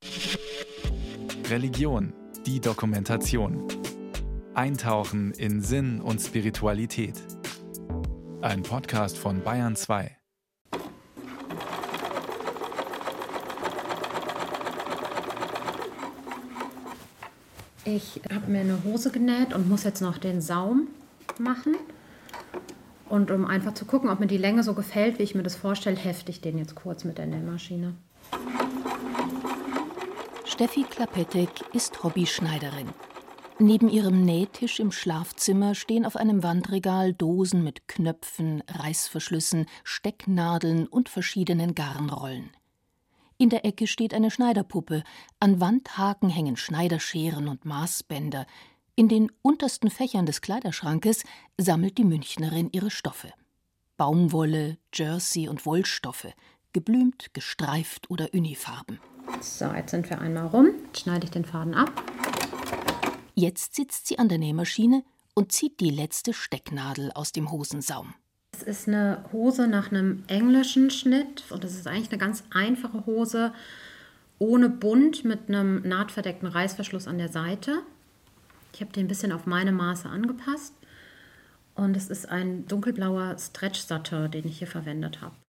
Religion, die Dokumentation. Eintauchen in Sinn und Spiritualität. Ein Podcast von Bayern 2. Ich habe mir eine Hose genäht und muss jetzt noch den Saum machen. Und um einfach zu gucken, ob mir die Länge so gefällt, wie ich mir das vorstelle, hefte ich den jetzt kurz mit der Nähmaschine. Steffi Klapetek ist Hobbyschneiderin. Neben ihrem Nähtisch im Schlafzimmer stehen auf einem Wandregal Dosen mit Knöpfen, Reißverschlüssen, Stecknadeln und verschiedenen Garnrollen. In der Ecke steht eine Schneiderpuppe, an Wandhaken hängen Schneiderscheren und Maßbänder. In den untersten Fächern des Kleiderschrankes sammelt die Münchnerin ihre Stoffe. Baumwolle, Jersey und Wollstoffe, geblümt, gestreift oder Unifarben. So, jetzt sind wir einmal rum. Jetzt schneide ich den Faden ab. Jetzt sitzt sie an der Nähmaschine und zieht die letzte Stecknadel aus dem Hosensaum. Es ist eine Hose nach einem englischen Schnitt und es ist eigentlich eine ganz einfache Hose ohne Bund mit einem nahtverdeckten Reißverschluss an der Seite. Ich habe den ein bisschen auf meine Maße angepasst und es ist ein dunkelblauer Stretch-Satin, den ich hier verwendet habe.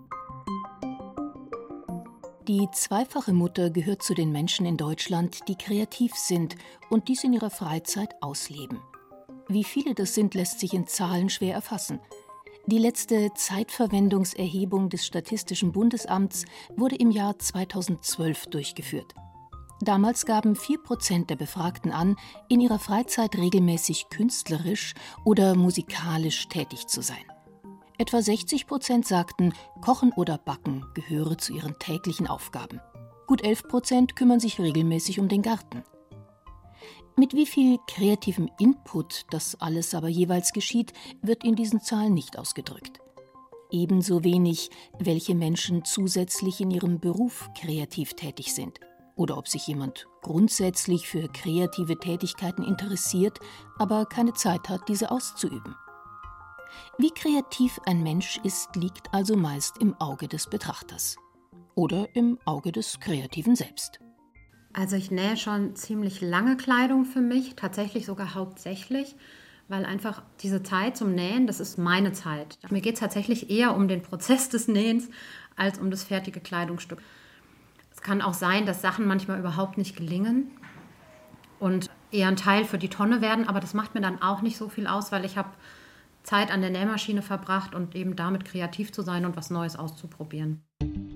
Die zweifache Mutter gehört zu den Menschen in Deutschland, die kreativ sind und dies in ihrer Freizeit ausleben. Wie viele das sind, lässt sich in Zahlen schwer erfassen. Die letzte Zeitverwendungserhebung des Statistischen Bundesamts wurde im Jahr 2012 durchgeführt. Damals gaben 4% der Befragten an, in ihrer Freizeit regelmäßig künstlerisch oder musikalisch tätig zu sein. Etwa 60% sagten, Kochen oder Backen gehöre zu ihren täglichen Aufgaben. Gut 11% kümmern sich regelmäßig um den Garten. Mit wie viel kreativem Input das alles aber jeweils geschieht, wird in diesen Zahlen nicht ausgedrückt. Ebenso wenig, welche Menschen zusätzlich in ihrem Beruf kreativ tätig sind. Oder ob sich jemand grundsätzlich für kreative Tätigkeiten interessiert, aber keine Zeit hat, diese auszuüben. Wie kreativ ein Mensch ist, liegt also meist im Auge des Betrachters. Oder im Auge des Kreativen selbst. Also ich nähe schon ziemlich lange Kleidung für mich, tatsächlich sogar hauptsächlich, weil einfach diese Zeit zum Nähen, das ist meine Zeit. Mir geht es tatsächlich eher um den Prozess des Nähens als um das fertige Kleidungsstück. Es kann auch sein, dass Sachen manchmal überhaupt nicht gelingen und eher ein Teil für die Tonne werden, aber das macht mir dann auch nicht so viel aus, weil ich habe Zeit an der Nähmaschine verbracht und eben damit kreativ zu sein und was Neues auszuprobieren.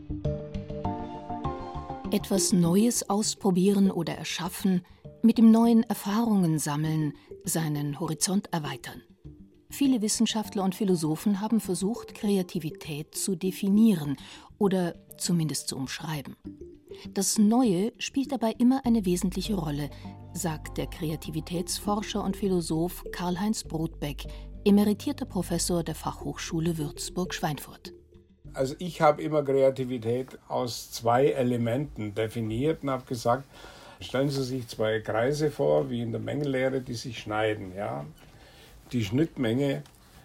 Etwas Neues ausprobieren oder erschaffen, mit dem Neuen Erfahrungen sammeln, seinen Horizont erweitern. Viele Wissenschaftler und Philosophen haben versucht, Kreativität zu definieren oder zumindest zu umschreiben. Das Neue spielt dabei immer eine wesentliche Rolle, sagt der Kreativitätsforscher und Philosoph Karl-Heinz Brodbeck, emeritierter Professor der Fachhochschule Würzburg-Schweinfurt. Also ich habe immer Kreativität aus zwei Elementen definiert und habe gesagt, stellen Sie sich zwei Kreise vor, wie in der Mengenlehre, die sich schneiden. Ja? Die Schnittmenge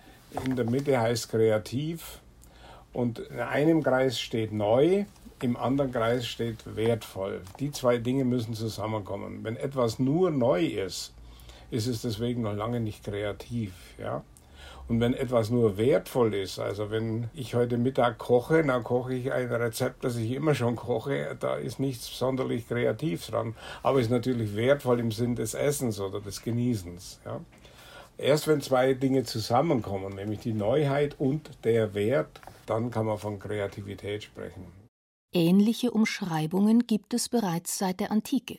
in der Mitte heißt kreativ und in einem Kreis steht neu, im anderen Kreis steht wertvoll. Die zwei Dinge müssen zusammenkommen. Wenn etwas nur neu ist, ist es deswegen noch lange nicht kreativ. Ja? Und wenn etwas nur wertvoll ist, also wenn ich heute Mittag koche, dann koche ich ein Rezept, das ich immer schon koche, da ist nichts sonderlich kreativ dran, aber ist natürlich wertvoll im Sinn des Essens oder des Genießens. Ja. Erst wenn zwei Dinge zusammenkommen, nämlich die Neuheit und der Wert, dann kann man von Kreativität sprechen. Ähnliche Umschreibungen gibt es bereits seit der Antike.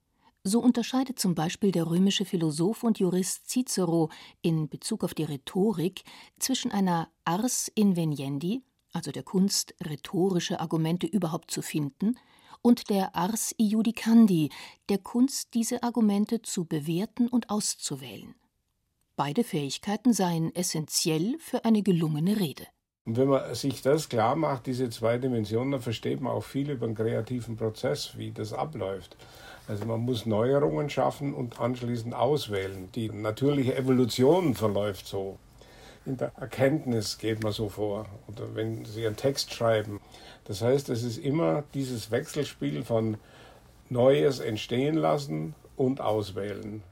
So unterscheidet zum Beispiel der römische Philosoph und Jurist Cicero in Bezug auf die Rhetorik zwischen einer ars inveniendi, also der Kunst, rhetorische Argumente überhaupt zu finden, und der ars iudicandi, der Kunst, diese Argumente zu bewerten und auszuwählen. Beide Fähigkeiten seien essentiell für eine gelungene Rede. Und wenn man sich das klar macht, diese zwei Dimensionen, dann versteht man auch viel über den kreativen Prozess, wie das abläuft. Also man muss Neuerungen schaffen und anschließend auswählen. Die natürliche Evolution verläuft so. In der Erkenntnis geht man so vor. Oder wenn Sie einen Text schreiben. Das heißt, es ist immer dieses Wechselspiel von Neues entstehen lassen und auswählen.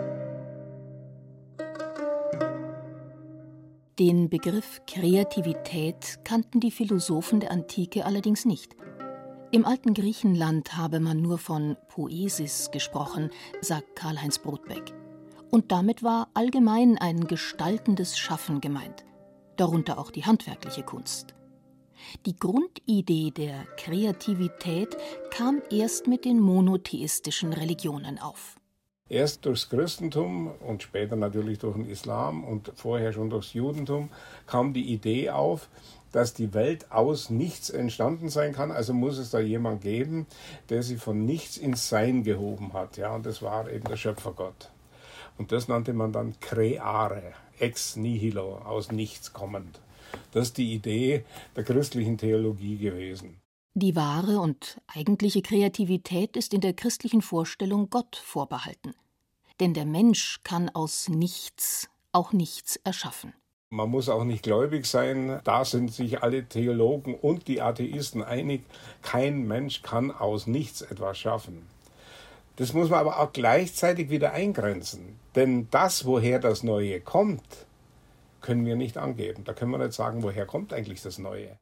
Den Begriff Kreativität kannten die Philosophen der Antike allerdings nicht. Im alten Griechenland habe man nur von Poesis gesprochen, sagt Karl-Heinz Brodbeck. Und damit war allgemein ein gestaltendes Schaffen gemeint, darunter auch die handwerkliche Kunst. Die Grundidee der Kreativität kam erst mit den monotheistischen Religionen auf. Erst durchs Christentum und später natürlich durch den Islam und vorher schon durchs Judentum kam die Idee auf, dass die Welt aus nichts entstanden sein kann. Also muss es da jemand geben, der sie von nichts ins Sein gehoben hat. Ja, und das war eben der Schöpfergott. Und das nannte man dann creare, ex nihilo, aus nichts kommend. Das ist die Idee der christlichen Theologie gewesen. Die wahre und eigentliche Kreativität ist in der christlichen Vorstellung Gott vorbehalten. Denn der Mensch kann aus nichts auch nichts erschaffen. Man muss auch nicht gläubig sein. Da sind sich alle Theologen und die Atheisten einig. Kein Mensch kann aus nichts etwas schaffen. Das muss man aber auch gleichzeitig wieder eingrenzen. Denn das, woher das Neue kommt, können wir nicht angeben. Da können wir nicht sagen, woher kommt eigentlich das Neue.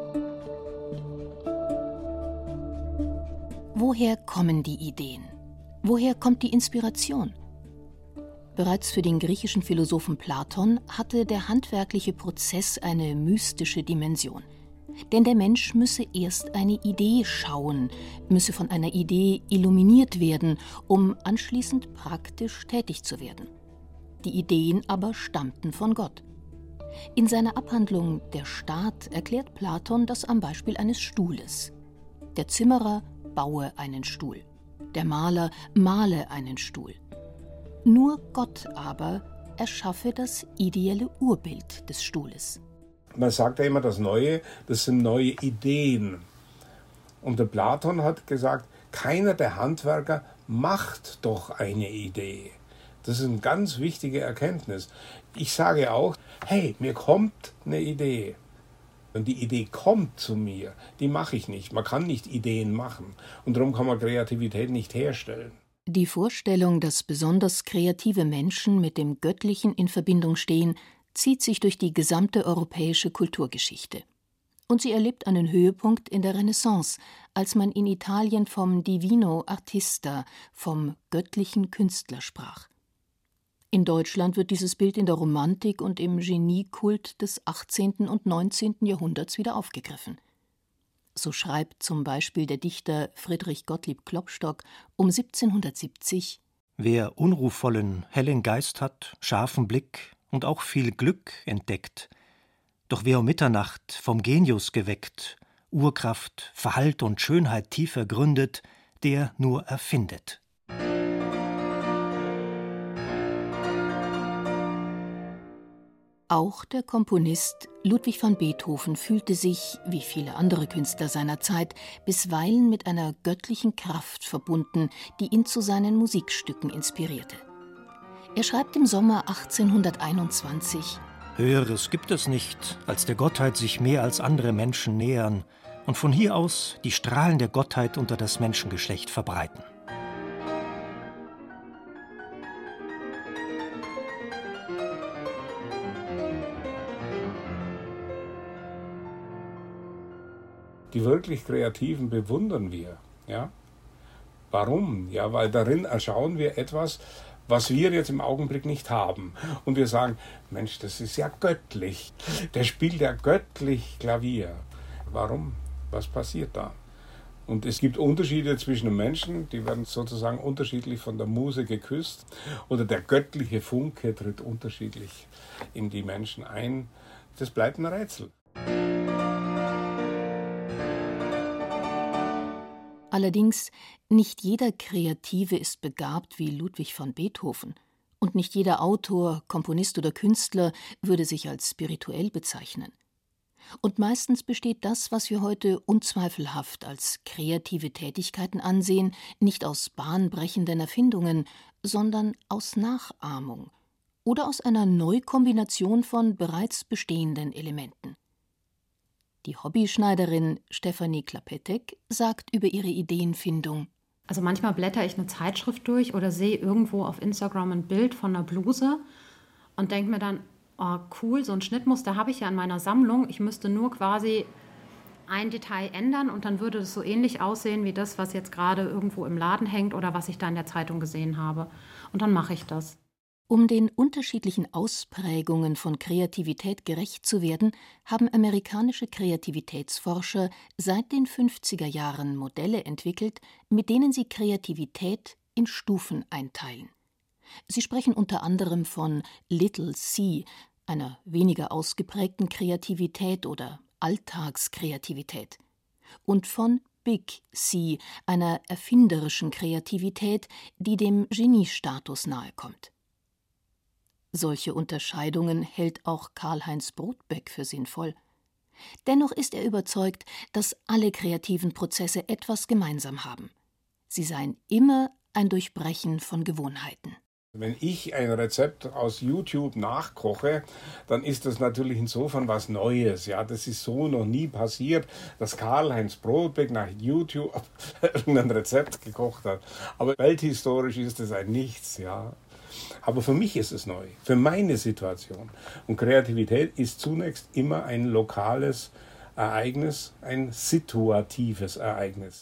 Woher kommen die Ideen? Woher kommt die Inspiration? Bereits für den griechischen Philosophen Platon hatte der handwerkliche Prozess eine mystische Dimension. Denn der Mensch müsse erst eine Idee schauen, müsse von einer Idee illuminiert werden, um anschließend praktisch tätig zu werden. Die Ideen aber stammten von Gott. In seiner Abhandlung »Der Staat« erklärt Platon das am Beispiel eines Stuhles. Der Zimmerer baue einen Stuhl, der Maler male einen Stuhl. Nur Gott aber erschaffe das ideelle Urbild des Stuhles. Man sagt ja immer, das Neue, das sind neue Ideen. Und der Platon hat gesagt, keiner der Handwerker macht doch eine Idee. Das ist eine ganz wichtige Erkenntnis. Ich sage auch, hey, mir kommt eine Idee. Und die Idee kommt zu mir, die mache ich nicht. Man kann nicht Ideen machen. Und darum kann man Kreativität nicht herstellen. Die Vorstellung, dass besonders kreative Menschen mit dem Göttlichen in Verbindung stehen, zieht sich durch die gesamte europäische Kulturgeschichte. Und sie erlebt einen Höhepunkt in der Renaissance, als man in Italien vom Divino Artista, vom göttlichen Künstler sprach. In Deutschland wird dieses Bild in der Romantik und im Geniekult des 18. und 19. Jahrhunderts wieder aufgegriffen. So schreibt zum Beispiel der Dichter Friedrich Gottlieb Klopstock um 1770: Wer unruhvollen, hellen Geist hat, scharfen Blick und auch viel Glück entdeckt, doch wer um Mitternacht vom Genius geweckt, Urkraft, Verhalt und Schönheit tief ergründet, der nur erfindet. Auch der Komponist Ludwig van Beethoven fühlte sich, wie viele andere Künstler seiner Zeit, bisweilen mit einer göttlichen Kraft verbunden, die ihn zu seinen Musikstücken inspirierte. Er schreibt im Sommer 1821: Höheres gibt es nicht, als der Gottheit sich mehr als andere Menschen nähern und von hier aus die Strahlen der Gottheit unter das Menschengeschlecht verbreiten. Die wirklich Kreativen bewundern wir. Ja? Warum? Ja, weil darin erschauen wir etwas, was wir jetzt im Augenblick nicht haben. Und wir sagen, Mensch, das ist ja göttlich. Der spielt ja göttlich Klavier. Warum? Was passiert da? Und es gibt Unterschiede zwischen den Menschen, die werden sozusagen unterschiedlich von der Muse geküsst. Oder der göttliche Funke tritt unterschiedlich in die Menschen ein. Das bleibt ein Rätsel. Allerdings, nicht jeder Kreative ist begabt wie Ludwig van Beethoven. Und nicht jeder Autor, Komponist oder Künstler würde sich als spirituell bezeichnen. Und meistens besteht das, was wir heute unzweifelhaft als kreative Tätigkeiten ansehen, nicht aus bahnbrechenden Erfindungen, sondern aus Nachahmung oder aus einer Neukombination von bereits bestehenden Elementen. Die Hobbyschneiderin Stefanie Klapetek sagt über ihre Ideenfindung: Also manchmal blätter ich eine Zeitschrift durch oder sehe irgendwo auf Instagram ein Bild von einer Bluse und denke mir dann, oh cool, so ein Schnittmuster habe ich ja in meiner Sammlung. Ich müsste nur quasi ein Detail ändern und dann würde es so ähnlich aussehen wie das, was jetzt gerade irgendwo im Laden hängt oder was ich da in der Zeitung gesehen habe. Und dann mache ich das. Um den unterschiedlichen Ausprägungen von Kreativität gerecht zu werden, haben amerikanische Kreativitätsforscher seit den 50er Jahren Modelle entwickelt, mit denen sie Kreativität in Stufen einteilen. Sie sprechen unter anderem von Little C, einer weniger ausgeprägten Kreativität oder Alltagskreativität, und von Big C, einer erfinderischen Kreativität, die dem Geniestatus nahekommt. Solche Unterscheidungen hält auch Karl-Heinz Brodbeck für sinnvoll. Dennoch ist er überzeugt, dass alle kreativen Prozesse etwas gemeinsam haben. Sie seien immer ein Durchbrechen von Gewohnheiten. Wenn ich ein Rezept aus YouTube nachkoche, dann ist das natürlich insofern was Neues. Ja, das ist so noch nie passiert, dass Karl-Heinz Brodbeck nach YouTube ein Rezept gekocht hat. Aber welthistorisch ist es ein Nichts, ja. Aber für mich ist es neu, für meine Situation. Und Kreativität ist zunächst immer ein lokales Ereignis, ein situatives Ereignis.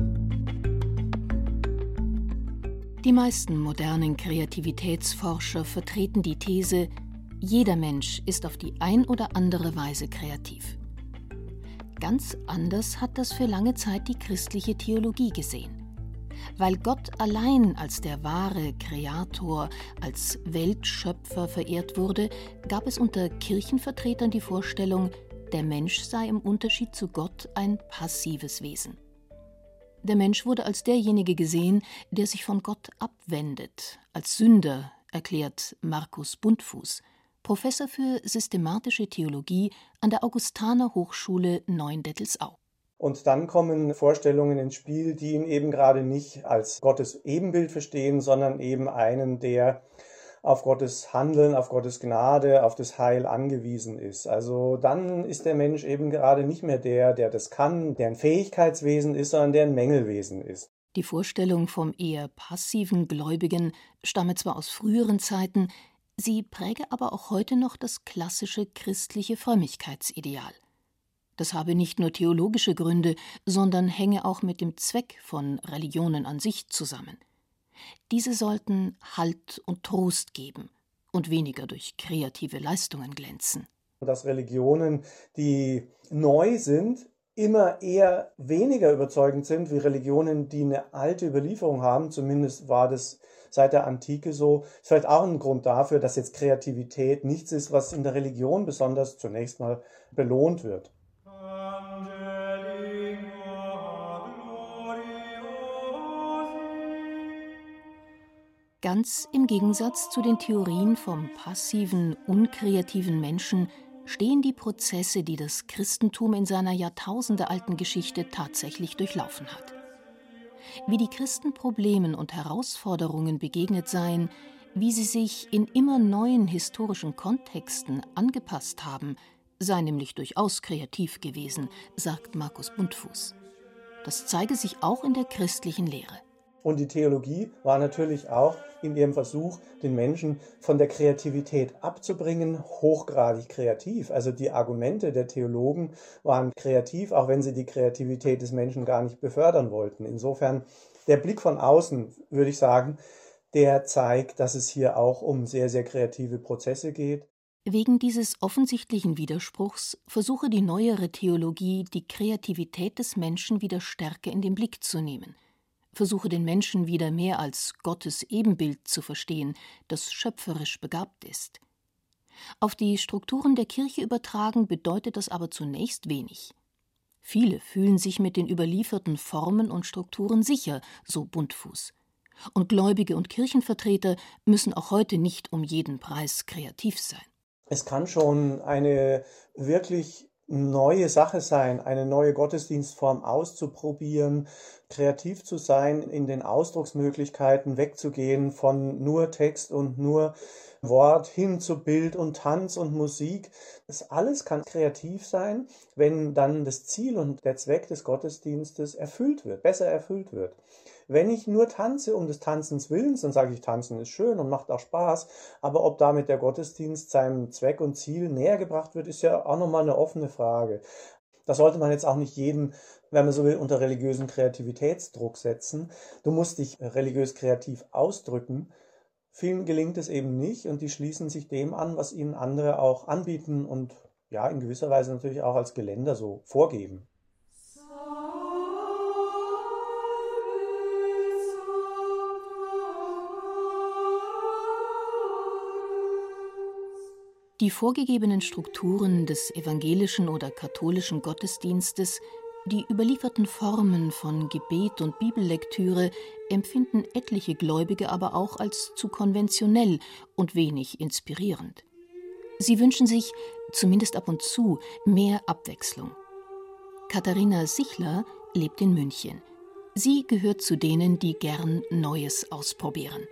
Die meisten modernen Kreativitätsforscher vertreten die These, jeder Mensch ist auf die ein oder andere Weise kreativ. Ganz anders hat das für lange Zeit die christliche Theologie gesehen. Weil Gott allein als der wahre Kreator, als Weltschöpfer verehrt wurde, gab es unter Kirchenvertretern die Vorstellung, der Mensch sei im Unterschied zu Gott ein passives Wesen. Der Mensch wurde als derjenige gesehen, der sich von Gott abwendet, als Sünder, erklärt Markus Buntfuß, Professor für systematische Theologie an der Augustaner Hochschule Neuendettelsau. Und dann kommen Vorstellungen ins Spiel, die ihn eben gerade nicht als Gottes Ebenbild verstehen, sondern eben einen, der auf Gottes Handeln, auf Gottes Gnade, auf das Heil angewiesen ist. Also dann ist der Mensch eben gerade nicht mehr der das kann, der ein Fähigkeitswesen ist, sondern der ein Mängelwesen ist. Die Vorstellung vom eher passiven Gläubigen stamme zwar aus früheren Zeiten, sie präge aber auch heute noch das klassische christliche Frömmigkeitsideal. Das habe nicht nur theologische Gründe, sondern hänge auch mit dem Zweck von Religionen an sich zusammen. Diese sollten Halt und Trost geben und weniger durch kreative Leistungen glänzen. Dass Religionen, die neu sind, immer eher weniger überzeugend sind wie Religionen, die eine alte Überlieferung haben. Zumindest war das seit der Antike so. Ist vielleicht auch ein Grund dafür, dass jetzt Kreativität nichts ist, was in der Religion besonders zunächst mal belohnt wird. Ganz im Gegensatz zu den Theorien vom passiven, unkreativen Menschen stehen die Prozesse, die das Christentum in seiner jahrtausendealten Geschichte tatsächlich durchlaufen hat. Wie die Christen Problemen und Herausforderungen begegnet seien, wie sie sich in immer neuen historischen Kontexten angepasst haben, sei nämlich durchaus kreativ gewesen, sagt Markus Buntfuß. Das zeige sich auch in der christlichen Lehre. Und die Theologie war natürlich auch in ihrem Versuch, den Menschen von der Kreativität abzubringen, hochgradig kreativ. Also die Argumente der Theologen waren kreativ, auch wenn sie die Kreativität des Menschen gar nicht befördern wollten. Insofern, der Blick von außen, würde ich sagen, der zeigt, dass es hier auch um sehr, sehr kreative Prozesse geht. Wegen dieses offensichtlichen Widerspruchs versuche die neuere Theologie, die Kreativität des Menschen wieder stärker in den Blick zu nehmen. Versuche den Menschen wieder mehr als Gottes Ebenbild zu verstehen, das schöpferisch begabt ist. Auf die Strukturen der Kirche übertragen bedeutet das aber zunächst wenig. Viele fühlen sich mit den überlieferten Formen und Strukturen sicher, so Buntfuß. Und Gläubige und Kirchenvertreter müssen auch heute nicht um jeden Preis kreativ sein. Es kann schon eine wirklich neue Sache sein, eine neue Gottesdienstform auszuprobieren, kreativ zu sein, in den Ausdrucksmöglichkeiten wegzugehen von nur Text und nur Wort hin zu Bild und Tanz und Musik. Das alles kann kreativ sein, wenn dann das Ziel und der Zweck des Gottesdienstes erfüllt wird, besser erfüllt wird. Wenn ich nur tanze um des Tanzens Willens, dann sage ich, Tanzen ist schön und macht auch Spaß, aber ob damit der Gottesdienst seinem Zweck und Ziel näher gebracht wird, ist ja auch nochmal eine offene Frage. Das sollte man jetzt auch nicht jedem, wenn man so will, unter religiösen Kreativitätsdruck setzen. Du musst dich religiös kreativ ausdrücken. Vielen gelingt es eben nicht und die schließen sich dem an, was ihnen andere auch anbieten und ja, in gewisser Weise natürlich auch als Geländer so vorgeben. Die vorgegebenen Strukturen des evangelischen oder katholischen Gottesdienstes, die überlieferten Formen von Gebet und Bibellektüre empfinden etliche Gläubige aber auch als zu konventionell und wenig inspirierend. Sie wünschen sich, zumindest ab und zu, mehr Abwechslung. Katharina Sichler lebt in München. Sie gehört zu denen, die gern Neues ausprobieren.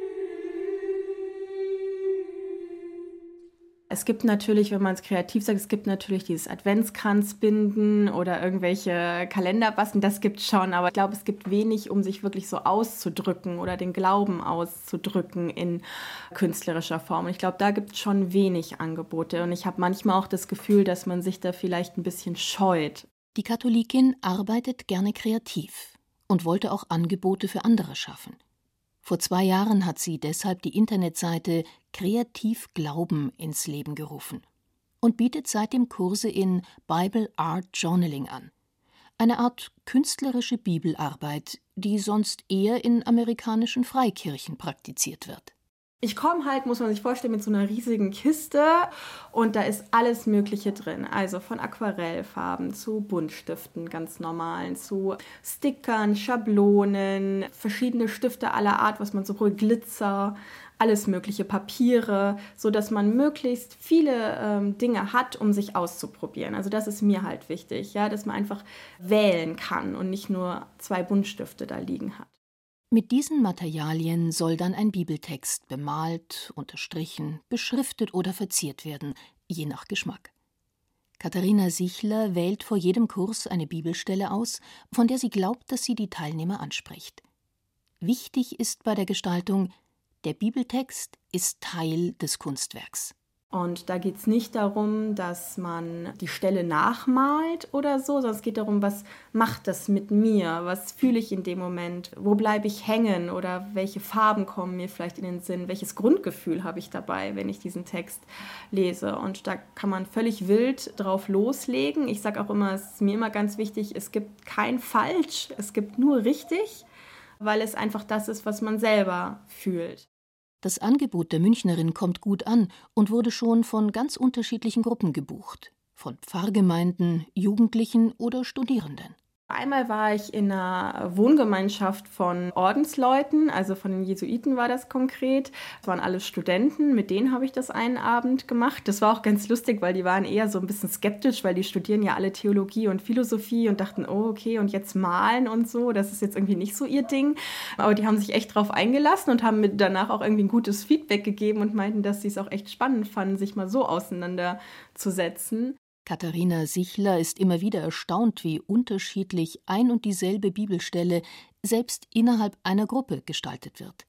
Es gibt natürlich, wenn man es kreativ sagt, es gibt natürlich dieses Adventskranzbinden oder irgendwelche Kalender basteln, das gibt es schon, aber ich glaube, es gibt wenig, um sich wirklich so auszudrücken oder den Glauben auszudrücken in künstlerischer Form. Und ich glaube, da gibt es schon wenig Angebote und ich habe manchmal auch das Gefühl, dass man sich da vielleicht ein bisschen scheut. Die Katholikin arbeitet gerne kreativ und wollte auch Angebote für andere schaffen. Vor 2 Jahren hat sie deshalb die Internetseite Kreativ Glauben ins Leben gerufen und bietet seitdem Kurse in Bible Art Journaling an. Eine Art künstlerische Bibelarbeit, die sonst eher in amerikanischen Freikirchen praktiziert wird. Ich komme halt, muss man sich vorstellen, mit so einer riesigen Kiste und da ist alles Mögliche drin. Also von Aquarellfarben zu Buntstiften, ganz normalen, zu Stickern, Schablonen, verschiedene Stifte aller Art, was man so holt, Glitzer, alles mögliche, Papiere, sodass man möglichst viele Dinge hat, um sich auszuprobieren. Also das ist mir halt wichtig, ja, dass man einfach wählen kann und nicht nur 2 Buntstifte da liegen hat. Mit diesen Materialien soll dann ein Bibeltext bemalt, unterstrichen, beschriftet oder verziert werden, je nach Geschmack. Katharina Sichler wählt vor jedem Kurs eine Bibelstelle aus, von der sie glaubt, dass sie die Teilnehmer anspricht. Wichtig ist bei der Gestaltung, der Bibeltext ist Teil des Kunstwerks. Und da geht es nicht darum, dass man die Stelle nachmalt oder so, sondern es geht darum, was macht das mit mir, was fühle ich in dem Moment, wo bleibe ich hängen oder welche Farben kommen mir vielleicht in den Sinn, welches Grundgefühl habe ich dabei, wenn ich diesen Text lese. Und da kann man völlig wild drauf loslegen. Ich sage auch immer, es ist mir immer ganz wichtig, es gibt kein Falsch, es gibt nur richtig, weil es einfach das ist, was man selber fühlt. Das Angebot der Münchnerin kommt gut an und wurde schon von ganz unterschiedlichen Gruppen gebucht. Von Pfarrgemeinden, Jugendlichen oder Studierenden. Einmal war ich in einer Wohngemeinschaft von Ordensleuten, also von den Jesuiten war das konkret. Das waren alles Studenten, mit denen habe ich das einen Abend gemacht. Das war auch ganz lustig, weil die waren eher so ein bisschen skeptisch, weil die studieren ja alle Theologie und Philosophie und dachten, oh okay, und jetzt malen und so, das ist jetzt irgendwie nicht so ihr Ding. Aber die haben sich echt drauf eingelassen und haben mir danach auch irgendwie ein gutes Feedback gegeben und meinten, dass sie es auch echt spannend fanden, sich mal so auseinanderzusetzen. Katharina Sichler ist immer wieder erstaunt, wie unterschiedlich ein und dieselbe Bibelstelle selbst innerhalb einer Gruppe gestaltet wird.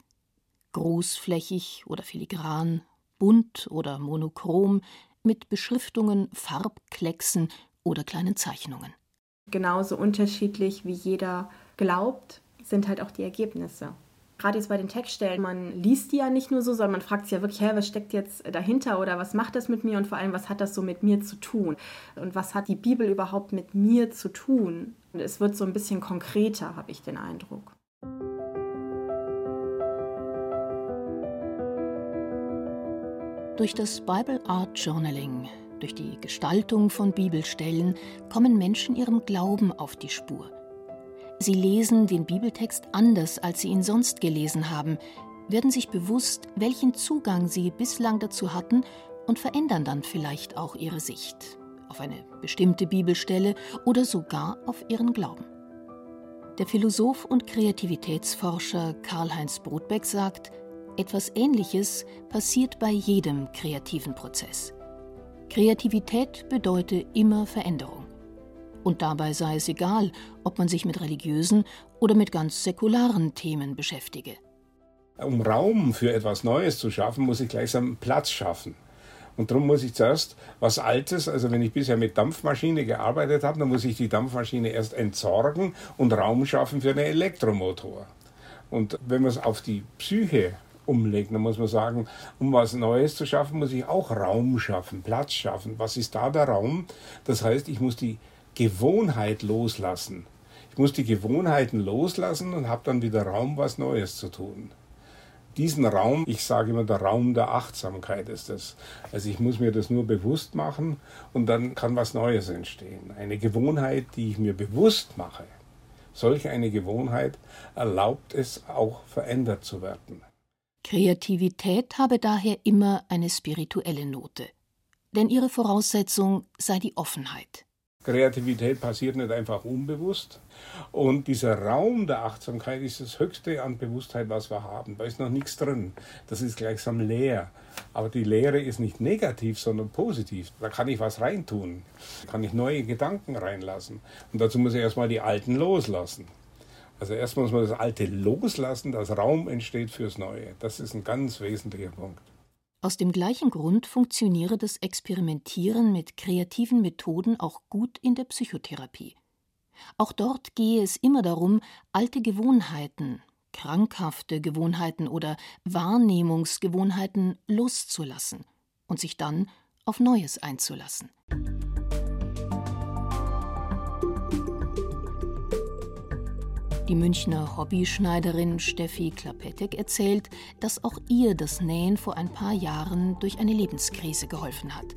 Großflächig oder filigran, bunt oder monochrom, mit Beschriftungen, Farbklecksen oder kleinen Zeichnungen. Genauso unterschiedlich wie jeder glaubt, sind halt auch die Ergebnisse. Gerade jetzt bei den Textstellen, man liest die ja nicht nur so, sondern man fragt sich ja wirklich, was steckt jetzt dahinter oder was macht das mit mir und vor allem, was hat das so mit mir zu tun? Und was hat die Bibel überhaupt mit mir zu tun? Und es wird so ein bisschen konkreter, habe ich den Eindruck. Durch das Bible Art Journaling, durch die Gestaltung von Bibelstellen, kommen Menschen ihrem Glauben auf die Spur. Sie lesen den Bibeltext anders, als sie ihn sonst gelesen haben, werden sich bewusst, welchen Zugang sie bislang dazu hatten und verändern dann vielleicht auch ihre Sicht auf eine bestimmte Bibelstelle oder sogar auf ihren Glauben. Der Philosoph und Kreativitätsforscher Karl-Heinz Brodbeck sagt, etwas Ähnliches passiert bei jedem kreativen Prozess. Kreativität bedeutet immer Veränderung. Und dabei sei es egal, ob man sich mit religiösen oder mit ganz säkularen Themen beschäftige. Um Raum für etwas Neues zu schaffen, muss ich gleichsam Platz schaffen. Und darum muss ich zuerst was Altes, also wenn ich bisher mit Dampfmaschine gearbeitet habe, dann muss ich die Dampfmaschine erst entsorgen und Raum schaffen für einen Elektromotor. Und wenn man es auf die Psyche umlegt, dann muss man sagen, um was Neues zu schaffen, muss ich auch Raum schaffen, Platz schaffen. Was ist da der Raum? Das heißt, ich muss die Gewohnheit loslassen. Ich muss die Gewohnheiten loslassen und habe dann wieder Raum, was Neues zu tun. Diesen Raum, ich sage immer, der Raum der Achtsamkeit ist das. Also ich muss mir das nur bewusst machen und dann kann was Neues entstehen. Eine Gewohnheit, die ich mir bewusst mache, solch eine Gewohnheit erlaubt es auch verändert zu werden. Kreativität habe daher immer eine spirituelle Note. Denn ihre Voraussetzung sei die Offenheit. Kreativität passiert nicht einfach unbewusst. Und dieser Raum der Achtsamkeit ist das Höchste an Bewusstheit, was wir haben. Da ist noch nichts drin. Das ist gleichsam leer. Aber die Leere ist nicht negativ, sondern positiv. Da kann ich was reintun. Da kann ich neue Gedanken reinlassen. Und dazu muss ich erstmal die alten loslassen. Also erst muss man das Alte loslassen, dass Raum entsteht fürs Neue. Das ist ein ganz wesentlicher Punkt. Aus dem gleichen Grund funktioniere das Experimentieren mit kreativen Methoden auch gut in der Psychotherapie. Auch dort gehe es immer darum, alte Gewohnheiten, krankhafte Gewohnheiten oder Wahrnehmungsgewohnheiten loszulassen und sich dann auf Neues einzulassen. Die Münchner Hobbyschneiderin Steffi Klapetek erzählt, dass auch ihr das Nähen vor ein paar Jahren durch eine Lebenskrise geholfen hat.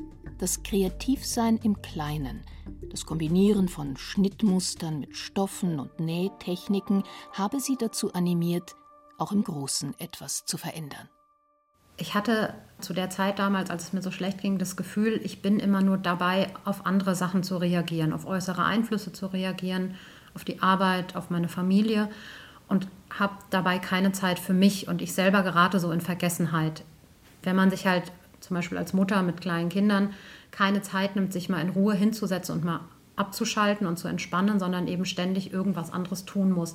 Das Kreativsein im Kleinen, das Kombinieren von Schnittmustern mit Stoffen und Nähtechniken habe sie dazu animiert, auch im Großen etwas zu verändern. Ich hatte zu der Zeit damals, als es mir so schlecht ging, das Gefühl, ich bin immer nur dabei, auf andere Sachen zu reagieren, auf äußere Einflüsse zu reagieren, auf die Arbeit, auf meine Familie und habe dabei keine Zeit für mich und ich selber gerate so in Vergessenheit. Wenn man sich halt zum Beispiel als Mutter mit kleinen Kindern keine Zeit nimmt, sich mal in Ruhe hinzusetzen und mal abzuschalten und zu entspannen, sondern eben ständig irgendwas anderes tun muss.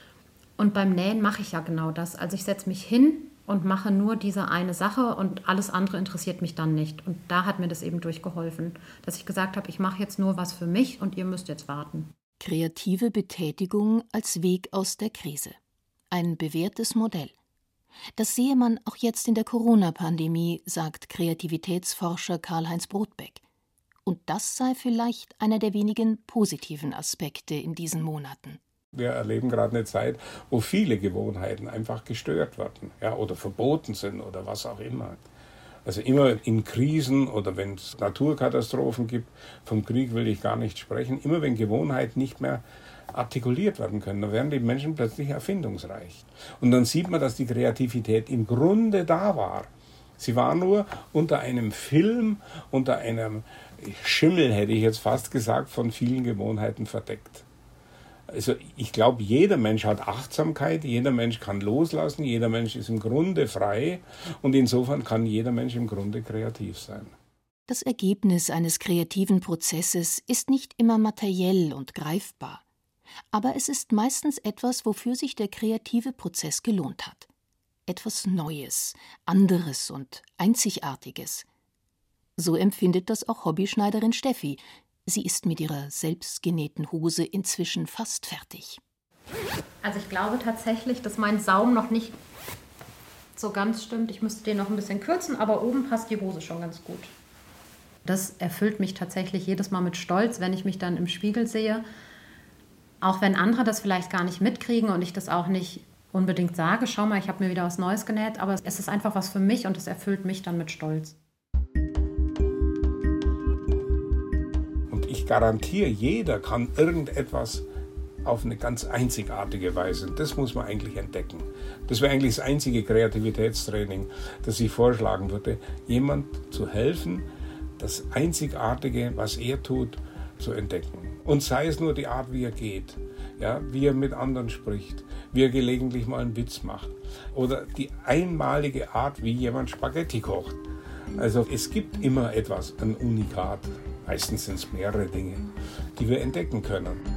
Und beim Nähen mache ich ja genau das. Also ich setze mich hin und mache nur diese eine Sache und alles andere interessiert mich dann nicht. Und da hat mir das eben durchgeholfen, dass ich gesagt habe, ich mache jetzt nur was für mich und ihr müsst jetzt warten. Kreative Betätigung als Weg aus der Krise. Ein bewährtes Modell. Das sehe man auch jetzt in der Corona-Pandemie, sagt Kreativitätsforscher Karl-Heinz Brodbeck. Und das sei vielleicht einer der wenigen positiven Aspekte in diesen Monaten. Wir erleben gerade eine Zeit, wo viele Gewohnheiten einfach gestört werden, ja, oder verboten sind oder was auch immer. Also immer in Krisen oder wenn es Naturkatastrophen gibt, vom Krieg will ich gar nicht sprechen, immer wenn Gewohnheiten nicht mehr artikuliert werden können, dann werden die Menschen plötzlich erfindungsreich. Und dann sieht man, dass die Kreativität im Grunde da war. Sie war nur unter einem Film, unter einem Schimmel, hätte ich jetzt fast gesagt, von vielen Gewohnheiten verdeckt. Also ich glaube, jeder Mensch hat Achtsamkeit, jeder Mensch kann loslassen, jeder Mensch ist im Grunde frei und insofern kann jeder Mensch im Grunde kreativ sein. Das Ergebnis eines kreativen Prozesses ist nicht immer materiell und greifbar, aber es ist meistens etwas, wofür sich der kreative Prozess gelohnt hat. Etwas Neues, anderes und Einzigartiges. So empfindet das auch Hobbyschneiderin Steffi. Sie ist mit ihrer selbstgenähten Hose inzwischen fast fertig. Also ich glaube tatsächlich, dass mein Saum noch nicht so ganz stimmt. Ich müsste den noch ein bisschen kürzen, aber oben passt die Hose schon ganz gut. Das erfüllt mich tatsächlich jedes Mal mit Stolz, wenn ich mich dann im Spiegel sehe. Auch wenn andere das vielleicht gar nicht mitkriegen und ich das auch nicht unbedingt sage, schau mal, ich habe mir wieder was Neues genäht, aber es ist einfach was für mich und es erfüllt mich dann mit Stolz. Ich garantiere, jeder kann irgendetwas auf eine ganz einzigartige Weise. Das muss man eigentlich entdecken. Das wäre eigentlich das einzige Kreativitätstraining, das ich vorschlagen würde, jemand zu helfen, das Einzigartige, was er tut, zu entdecken. Und sei es nur die Art, wie er geht, ja, wie er mit anderen spricht, wie er gelegentlich mal einen Witz macht oder die einmalige Art, wie jemand Spaghetti kocht. Also es gibt immer etwas, ein Unikat. Meistens sind es mehrere Dinge, die wir entdecken können.